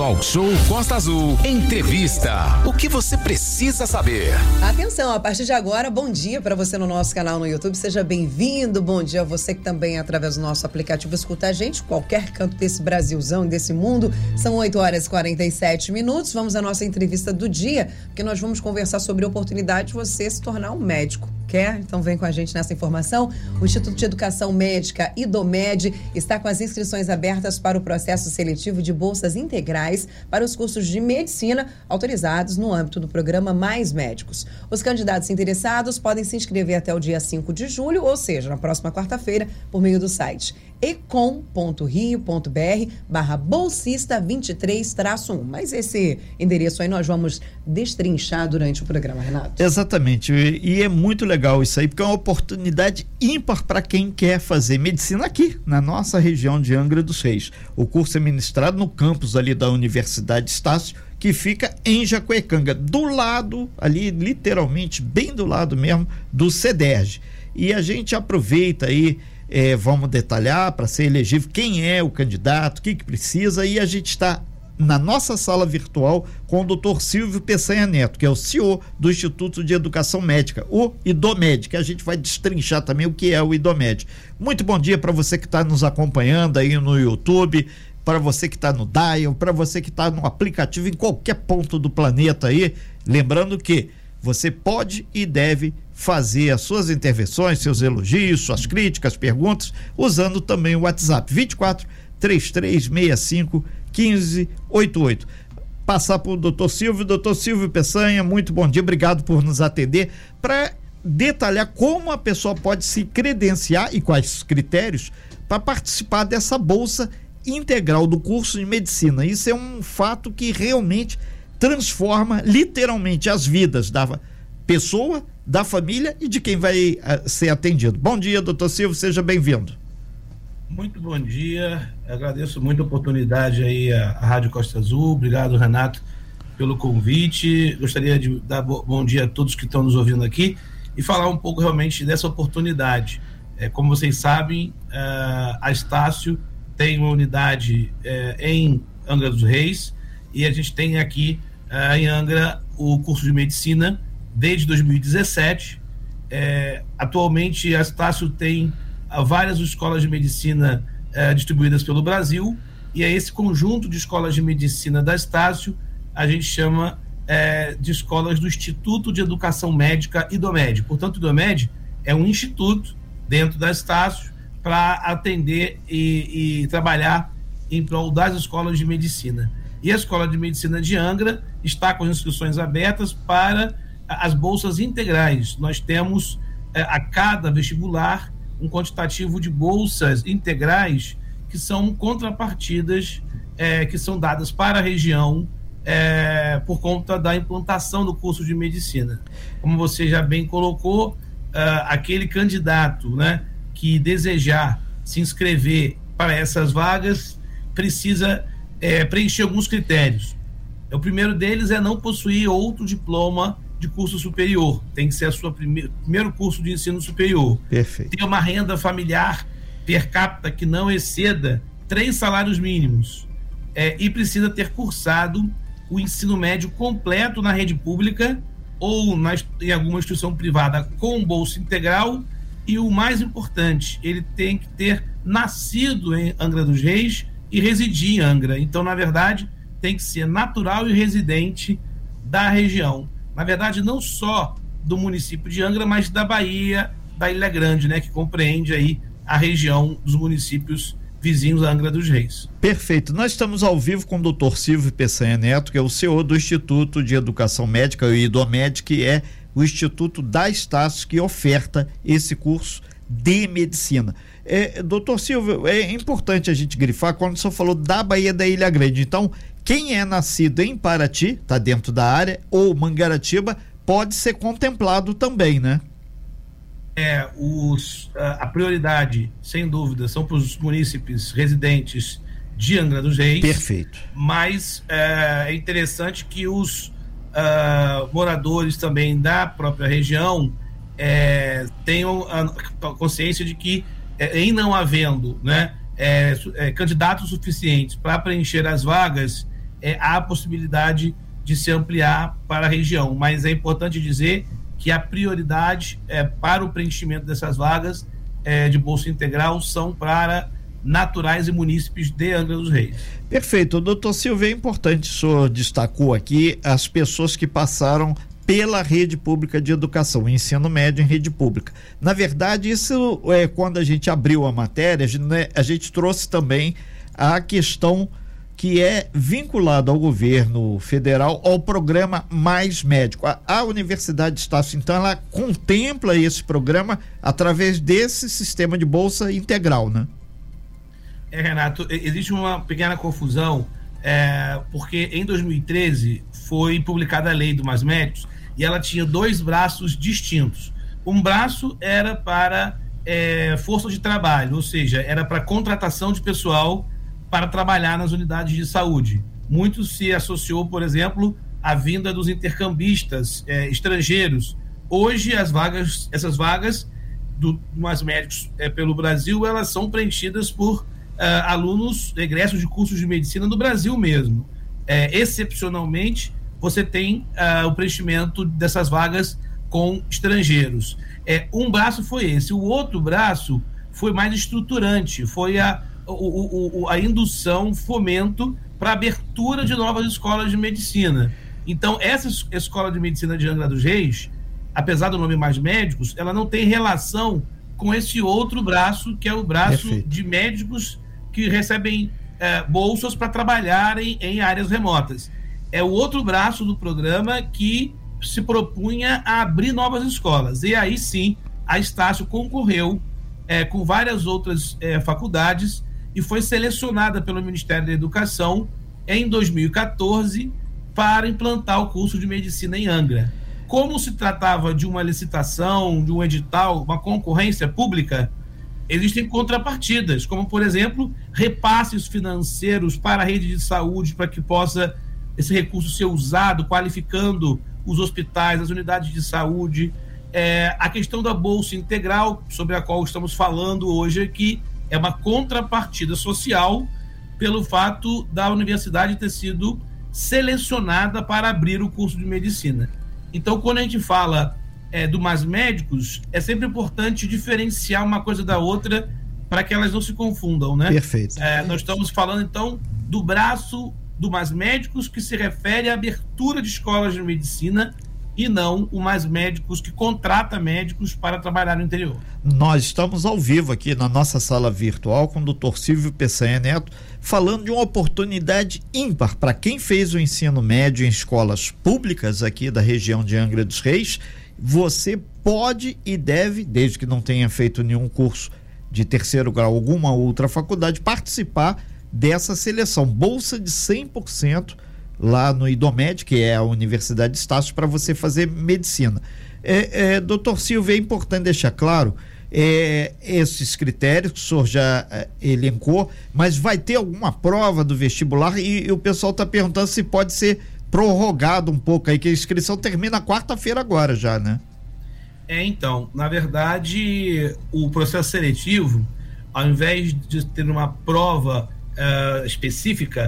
Talk Show Costa Azul. Entrevista. O que você precisa saber? Atenção, a partir de agora, bom dia para você no nosso canal no YouTube. Seja bem-vindo. Bom dia a você que também, através do nosso aplicativo, escuta a gente, qualquer canto desse Brasilzão, desse mundo. São 8h47. Vamos à nossa entrevista do dia, porque nós vamos conversar sobre a oportunidade de você se tornar um médico. Quer? Então vem com a gente nessa informação. O Instituto de Educação Médica, IDOMED, está com as inscrições abertas para o processo seletivo de bolsas integrais para os cursos de medicina autorizados no âmbito do programa Mais Médicos. Os candidatos interessados podem se inscrever até o dia 5 de julho, ou seja, na próxima quarta-feira, por meio do site ecom.rio.br/bolsista23-1. Mas esse endereço aí nós vamos destrinchar durante o programa, Renato. Exatamente, e é muito legal isso aí, porque é uma oportunidade ímpar para quem quer fazer medicina aqui, na nossa região de Angra dos Reis. O curso é ministrado no campus ali da Universidade Estácio, que fica em Jacuecanga, do lado, ali literalmente, bem do lado mesmo, do CEDERJ. E a gente aproveita aí, vamos detalhar para ser elegível quem é o candidato, o que precisa, e a gente está na nossa sala virtual com o Dr. Silvio Peçanha Neto, que é o CEO do Instituto de Educação Médica, o IDOMED, que a gente vai destrinchar também o que é o IDOMED. Muito bom dia para você que está nos acompanhando aí no YouTube, para você que está no Dial, para você que está no aplicativo em qualquer ponto do planeta aí, lembrando que você pode e deve fazer as suas intervenções, seus elogios, suas críticas, perguntas, usando também o WhatsApp 24 3365 1588. Passar para o Dr. Silvio Peçanha, muito bom dia, obrigado por nos atender, para detalhar como a pessoa pode se credenciar e quais critérios para participar dessa bolsa integral do curso de medicina. Isso é um fato que realmente transforma literalmente as vidas da pessoa, da família e de quem vai ser atendido. Bom dia, doutor Silvio, seja bem-vindo. Muito bom dia, agradeço muito a oportunidade aí à Rádio Costa Azul, obrigado, Renato, pelo convite. Gostaria de dar bom dia a todos que estão nos ouvindo aqui e falar um pouco realmente dessa oportunidade. Como vocês sabem, a Estácio tem uma unidade em Angra dos Reis e a gente tem aqui em Angra o curso de medicina desde 2017. Atualmente a Estácio tem várias escolas de medicina distribuídas pelo Brasil, e é esse conjunto de escolas de medicina da Estácio a gente chama de escolas do Instituto de Educação Médica IDOMED. Portanto, o IDOMED é um instituto dentro da Estácio para atender e trabalhar em prol das escolas de medicina. E a Escola de Medicina de Angra está com as inscrições abertas para as bolsas integrais. Nós temos a cada vestibular um quantitativo de bolsas integrais que são contrapartidas que são dadas para a região por conta da implantação do curso de medicina. Como você já bem colocou, aquele candidato, né, que desejar se inscrever para essas vagas precisa preencher alguns critérios. O primeiro deles é não possuir outro diploma de curso superior, tem que ser a sua primeiro curso de ensino superior. Perfeito. Ter uma renda familiar per capita que não exceda 3 salários mínimos e precisa ter cursado o ensino médio completo na rede pública ou em alguma instituição privada com bolsa integral, e o mais importante, ele tem que ter nascido em Angra dos Reis e residir em Angra. Então, na verdade, tem que ser natural e residente da região. Na verdade, não só do município de Angra, mas da Bahia, da Ilha Grande, né, que compreende aí a região dos municípios vizinhos a Angra dos Reis. Perfeito. Nós estamos ao vivo com o Dr. Silvio Peçanha Neto, que é o CEO do Instituto de Educação Médica, o IDOMED, que é o Instituto da Estácio que oferta esse curso de medicina. Doutor Silvio, é importante a gente grifar quando o senhor falou da Bahia da Ilha Grande. Então, quem é nascido em Paraty, está dentro da área, ou Mangaratiba, pode ser contemplado também, né? A prioridade, sem dúvida, são para os munícipes residentes de Angra dos Reis. Perfeito. Mas é interessante que os moradores também da própria região tenham a consciência de que, em não havendo, né, candidatos suficientes para preencher as vagas, há a possibilidade de se ampliar para a região, mas é importante dizer que a prioridade para o preenchimento dessas vagas de Bolsa Integral são para naturais e munícipes de Angra dos Reis. Perfeito. Doutor Silvio, é importante, o senhor destacou aqui as pessoas que passaram pela rede pública de educação, ensino médio em rede pública. Na verdade, isso quando a gente abriu a matéria, a gente trouxe também a questão que é vinculada ao governo federal, ao programa Mais Médico. A Universidade de Estácio, então, ela contempla esse programa através desse sistema de bolsa integral, né? Renato, existe uma pequena confusão, porque em 2013 foi publicada a lei do Mais Médicos e ela tinha dois braços distintos. Um braço era para força de trabalho, ou seja, era para contratação de pessoal para trabalhar nas unidades de saúde. Muito se associou, por exemplo, à vinda dos intercambistas estrangeiros. Hoje, essas vagas do Mais Médicos pelo Brasil, elas são preenchidas por alunos egressos de cursos de medicina no Brasil mesmo. Excepcionalmente, você tem o preenchimento dessas vagas com estrangeiros. Um braço foi esse. O outro braço foi mais estruturante, foi a indução, fomento para a abertura de novas escolas de medicina. Então, essa escola de medicina de Angra dos Reis, apesar do nome Mais Médicos, ela não tem relação com esse outro braço, que é o braço Perfeito. De médicos que recebem bolsas para trabalharem em áreas remotas. É o outro braço do programa que se propunha a abrir novas escolas. E aí sim, a Estácio concorreu com várias outras faculdades e foi selecionada pelo Ministério da Educação em 2014 para implantar o curso de medicina em Angra. Como se tratava de uma licitação, de um edital, uma concorrência pública, existem contrapartidas, como, por exemplo, repasses financeiros para a rede de saúde para que possa esse recurso ser usado, qualificando os hospitais, as unidades de saúde. A questão da Bolsa Integral, sobre a qual estamos falando hoje aqui, é uma contrapartida social pelo fato da universidade ter sido selecionada para abrir o curso de medicina. Então, quando a gente fala do Mais Médicos, é sempre importante diferenciar uma coisa da outra para que elas não se confundam, né? Perfeito. Nós estamos falando, então, do braço do Mais Médicos, que se refere à abertura de escolas de medicina, e não o Mais Médicos que contrata médicos para trabalhar no interior. Nós estamos ao vivo aqui na nossa sala virtual com o Dr. Silvio Peçanha Neto, falando de uma oportunidade ímpar para quem fez o ensino médio em escolas públicas aqui da região de Angra dos Reis. Você pode e deve, desde que não tenha feito nenhum curso de terceiro grau, alguma outra faculdade, participar dessa seleção. Bolsa de 100% lá no IDOMED, que é a Universidade de Estácio, para você fazer medicina. Doutor Silvio, é importante deixar claro esses critérios que o senhor já elencou, mas vai ter alguma prova do vestibular e o pessoal está perguntando se pode ser prorrogado um pouco aí, que a inscrição termina quarta-feira agora já, né? Então, na verdade, o processo seletivo, ao invés de ter uma prova específica,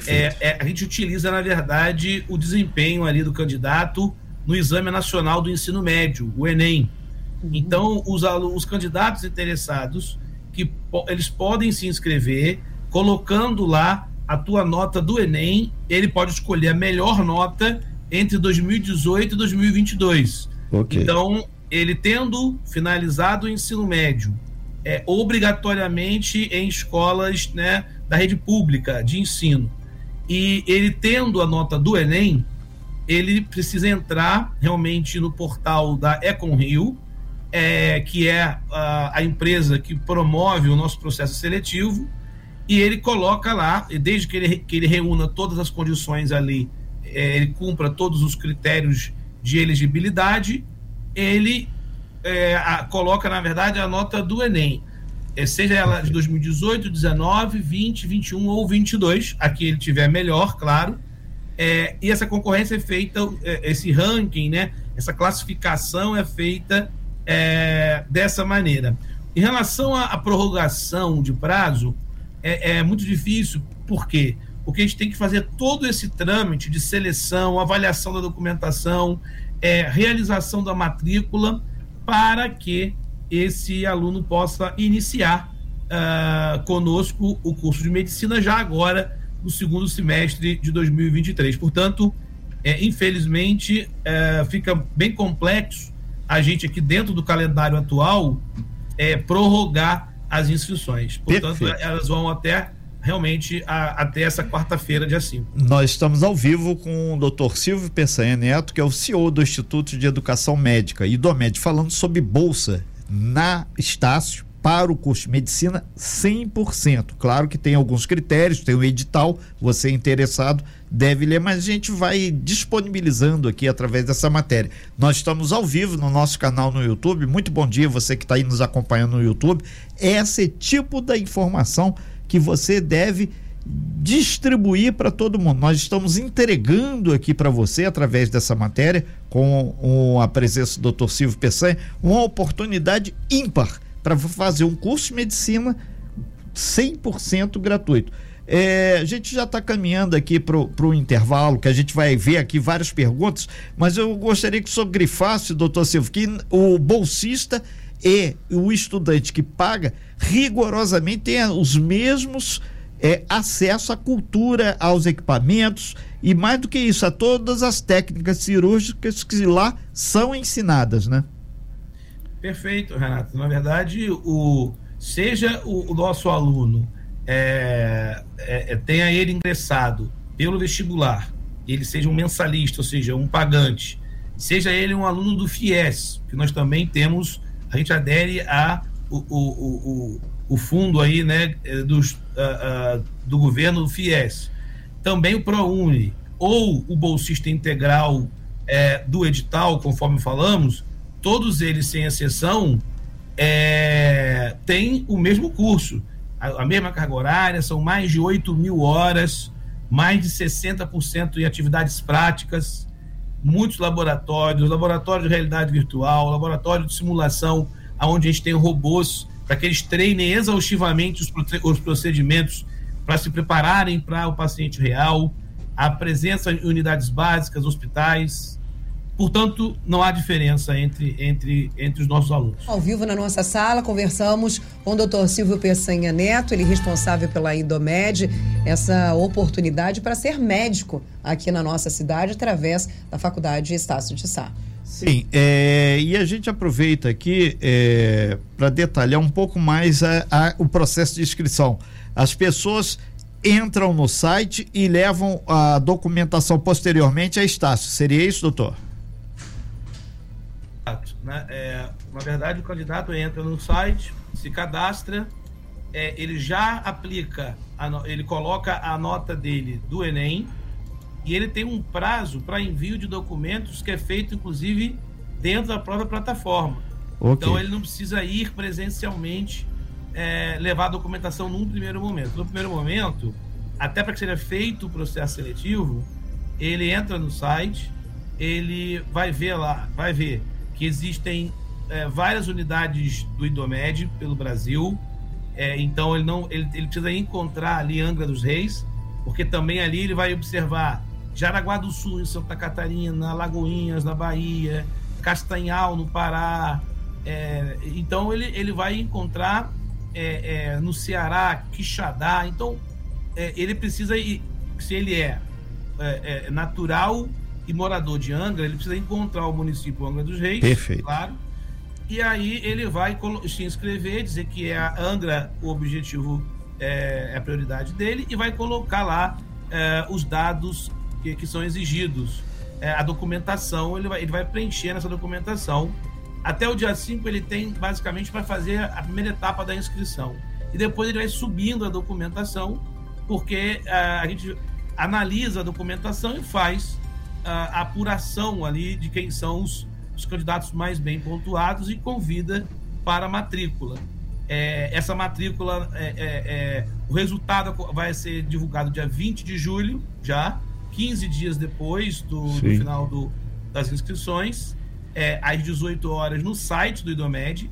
a gente utiliza, na verdade, o desempenho ali do candidato no Exame Nacional do Ensino Médio, o Enem. Então, os candidatos interessados, eles podem se inscrever, colocando lá a tua nota do Enem. Ele pode escolher a melhor nota entre 2018 e 2022. Okay. Então, ele tendo finalizado o ensino médio, obrigatoriamente em escolas, né, da rede pública de ensino, e ele tendo a nota do Enem, ele precisa entrar realmente no portal da EconRio, que é a empresa que promove o nosso processo seletivo, e ele coloca lá, desde que ele reúna todas as condições ali, ele cumpra todos os critérios de elegibilidade, ele coloca, na verdade, a nota do Enem, seja ela de 2018, 19, 20, 21 ou 22, a que ele tiver melhor, claro. E essa concorrência é feita, esse ranking, né, essa classificação é feita dessa maneira. Em relação à prorrogação de prazo, é muito difícil. Por quê? porque a gente tem que fazer todo esse trâmite de seleção, avaliação da documentação, realização da matrícula, para que esse aluno possa iniciar conosco o curso de medicina já agora no segundo semestre de 2023. Portanto, infelizmente, fica bem complexo a gente aqui dentro do calendário atual prorrogar as inscrições. Portanto, perfeito, elas vão até essa quarta-feira, dia 5. Nós estamos ao vivo com o Dr. Silvio Peçanha Neto, que é o CEO do Instituto de Educação Médica, IDOMED, falando sobre bolsa na Estácio para o curso de medicina 100%. Claro que tem alguns critérios, tem o edital, você interessado deve ler, mas a gente vai disponibilizando aqui através dessa matéria. Nós estamos ao vivo no nosso canal no YouTube. Muito bom dia, você que está aí nos acompanhando no YouTube. Esse tipo da informação que você deve distribuir para todo mundo. Nós estamos entregando aqui para você, através dessa matéria, com a presença do Dr. Silvio Peçanha, uma oportunidade ímpar para fazer um curso de medicina 100% gratuito. A gente já está caminhando aqui para o intervalo, que a gente vai ver aqui várias perguntas, mas eu gostaria que o senhor grifasse, doutor Silvio, que o bolsista e o estudante que paga rigorosamente tem os mesmos acesso à cultura, aos equipamentos e, mais do que isso, a todas as técnicas cirúrgicas que lá são ensinadas, né? Perfeito, Renato. Na verdade, seja o nosso aluno tenha ele ingressado pelo vestibular, ele seja um mensalista, ou seja, um pagante, seja ele um aluno do FIES, que nós também temos, a gente adere o fundo aí, né, do governo do FIES, também o ProUni, ou o bolsista integral do edital, conforme falamos, todos eles, sem exceção, têm o mesmo curso, a mesma carga horária, são mais de 8.000 horas, mais de 60% em atividades práticas, muitos laboratórios, laboratório de realidade virtual, laboratório de simulação, onde a gente tem robôs para que eles treinem exaustivamente os procedimentos para se prepararem para o paciente real, a presença em unidades básicas, hospitais. Portanto, não há diferença entre os nossos alunos. Ao vivo na nossa sala, conversamos com o Dr. Silvio Peçanha Neto, ele responsável pela IDOMED, essa oportunidade para ser médico aqui na nossa cidade, através da Faculdade Estácio de Sá. Sim, e a gente aproveita aqui para detalhar um pouco mais o processo de inscrição. As pessoas entram no site e levam a documentação posteriormente a Estácio. Seria isso, doutor? Na verdade, o candidato entra no site, se cadastra, ele já aplica, ele coloca a nota dele do Enem e ele tem um prazo para envio de documentos que é feito, inclusive, dentro da própria plataforma. Okay. Então, ele não precisa ir presencialmente levar a documentação num primeiro momento. No primeiro momento, até para que seja feito o processo seletivo, ele entra no site, ele vai ver que existem várias unidades do IDOMED pelo Brasil, então ele precisa encontrar ali Angra dos Reis, porque também ali ele vai observar Jaraguá do Sul, em Santa Catarina, Lagoinhas, na Bahia, Castanhal, no Pará, então ele vai encontrar no Ceará, Quixadá. Então ele precisa ir, se ele é natural e morador de Angra, ele precisa encontrar o município Angra dos Reis. Perfeito. Claro. E aí ele vai se inscrever, dizer que a Angra, o objetivo a prioridade dele, e vai colocar lá os dados que são exigidos. A documentação, ele vai preencher nessa documentação. Até o dia 5 ele tem basicamente para fazer a primeira etapa da inscrição. E depois ele vai subindo a documentação, porque a gente analisa a documentação e faz a apuração ali de quem são os candidatos mais bem pontuados e convida para a matrícula. Essa matrícula, o resultado vai ser divulgado dia 20 de julho, já 15 dias depois do final das inscrições, às 18 horas no site do IDOMED,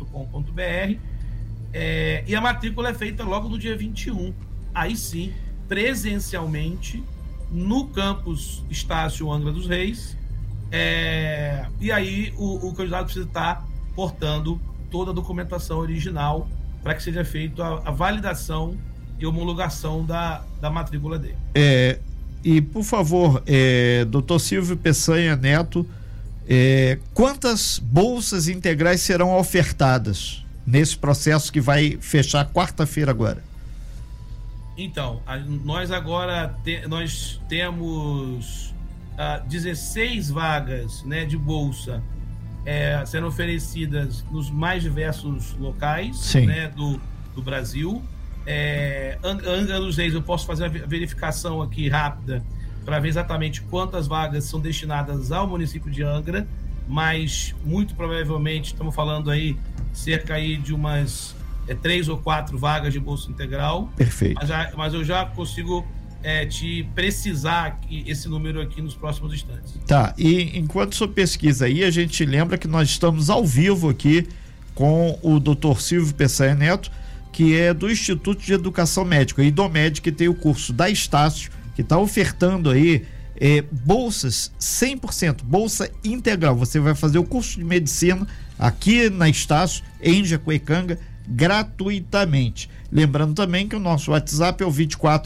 idomed.com.br, e a matrícula é feita logo no dia 21. Aí sim, presencialmente no campus Estácio Angra dos Reis, e aí o candidato precisa estar portando toda a documentação original para que seja feita a validação e homologação da matrícula dele. E, por favor, doutor Silvio Peçanha Neto, quantas bolsas integrais serão ofertadas nesse processo que vai fechar quarta-feira agora? Então, nós agora nós temos 16 vagas, né, de bolsa sendo oferecidas nos mais diversos locais, né, do Brasil. Angra dos Reis, eu posso fazer a verificação aqui rápida para ver exatamente quantas vagas são destinadas ao município de Angra, mas muito provavelmente estamos falando aí cerca aí de umas 3 ou 4 vagas de bolsa integral. Perfeito. Mas eu já consigo te precisar esse número aqui nos próximos instantes. Tá, e enquanto o senhor pesquisa aí, a gente lembra que nós estamos ao vivo aqui com o Dr. Silvio Peçanha Neto, que é do Instituto de Educação Médica, IDOMED, que tem o curso da Estácio, que está ofertando aí bolsas 100%, bolsa integral. Você vai fazer o curso de medicina aqui na Estácio, em Jacuecanga, gratuitamente. Lembrando também que o nosso WhatsApp é o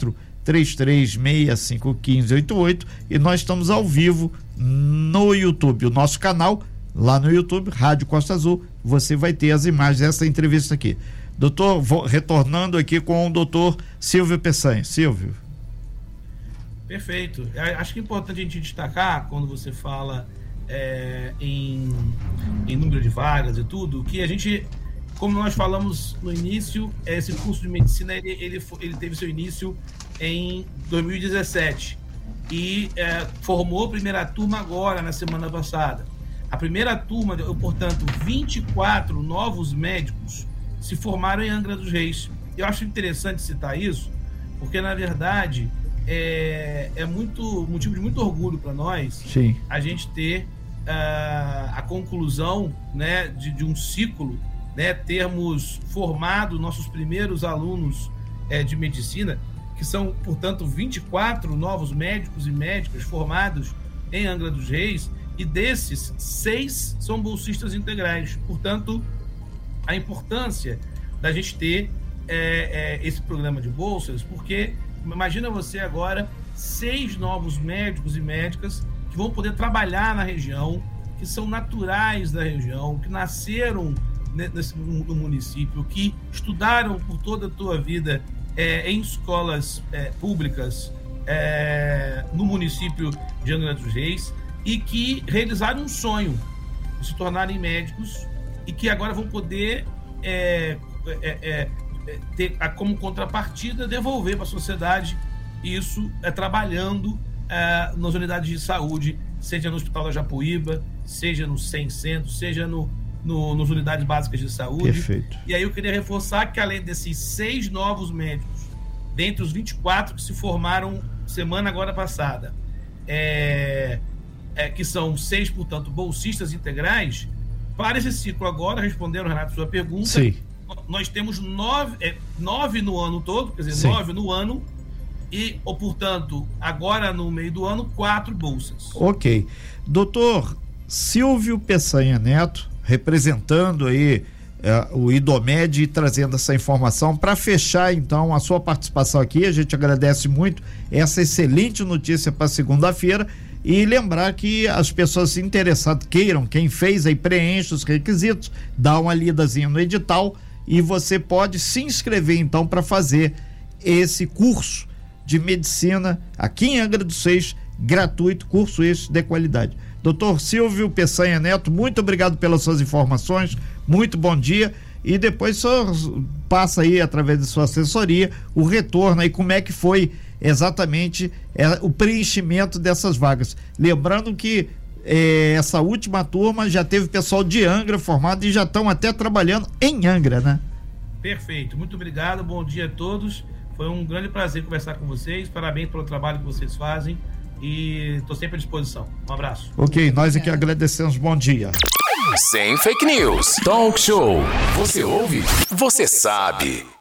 2433651588 e nós estamos ao vivo no YouTube. O nosso canal, lá no YouTube, Rádio Costa Azul, você vai ter as imagens dessa entrevista aqui. Doutor, retornando aqui com o doutor Silvio Peçanha. Silvio. Perfeito. Acho que é importante a gente destacar, quando você fala em número de vagas e tudo, que a gente, como nós falamos no início, esse curso de medicina ele teve seu início em 2017 e formou a primeira turma agora, na semana passada. A primeira turma, portanto, 24 novos médicos se formaram em Angra dos Reis. Eu acho interessante citar isso, porque na verdade é motivo de muito orgulho para nós. Sim. A gente ter a conclusão, né, de um ciclo, né, termos formado nossos primeiros alunos de medicina, que são, portanto, 24 novos médicos e médicas formados em Angra dos Reis, e desses 6 são bolsistas integrais. Portanto, a importância da gente ter esse programa de bolsas, porque imagina você agora 6 novos médicos e médicas que vão poder trabalhar na região, que são naturais da região, que nasceram no município, que estudaram por toda a tua vida em escolas públicas no município de Angra dos Reis, e que realizaram um sonho de se tornarem médicos e que agora vão poder ter como contrapartida devolver para a sociedade isso, trabalhando nas unidades de saúde, seja no Hospital da Japuíba, seja no 100 Centro, seja nas unidades básicas de saúde. Perfeito. E aí eu queria reforçar que, além desses 6 novos médicos, dentre os 24 que se formaram semana agora passada, que são 6, portanto, bolsistas integrais, para esse ciclo agora, respondendo, Renato, sua pergunta, sim, nós temos 9 no ano todo, quer dizer, sim, 9 no ano, e, portanto, agora no meio do ano, 4 bolsas. Ok. Doutor Silvio Peçanha Neto, representando aí o IDOMED e trazendo essa informação. Para fechar, então, a sua participação aqui, a gente agradece muito essa excelente notícia para segunda-feira, e lembrar que as pessoas interessadas queiram, quem fez aí, preenche os requisitos, dá uma lidazinha no edital e você pode se inscrever então para fazer esse curso de medicina aqui em Angra dos Reis, gratuito, curso esse de qualidade. Doutor Silvio Peçanha Neto, muito obrigado pelas suas informações, muito bom dia, e depois só passa aí, através de sua assessoria, o retorno aí, como é que foi exatamente o preenchimento dessas vagas. Lembrando que essa última turma já teve pessoal de Angra formado e já estão até trabalhando em Angra, né? Perfeito, muito obrigado, bom dia a todos, foi um grande prazer conversar com vocês, parabéns pelo trabalho que vocês fazem e estou sempre à disposição. Um abraço. Ok, nós aqui agradecemos, bom dia. Sem fake news, talk show, você ouve, você sabe.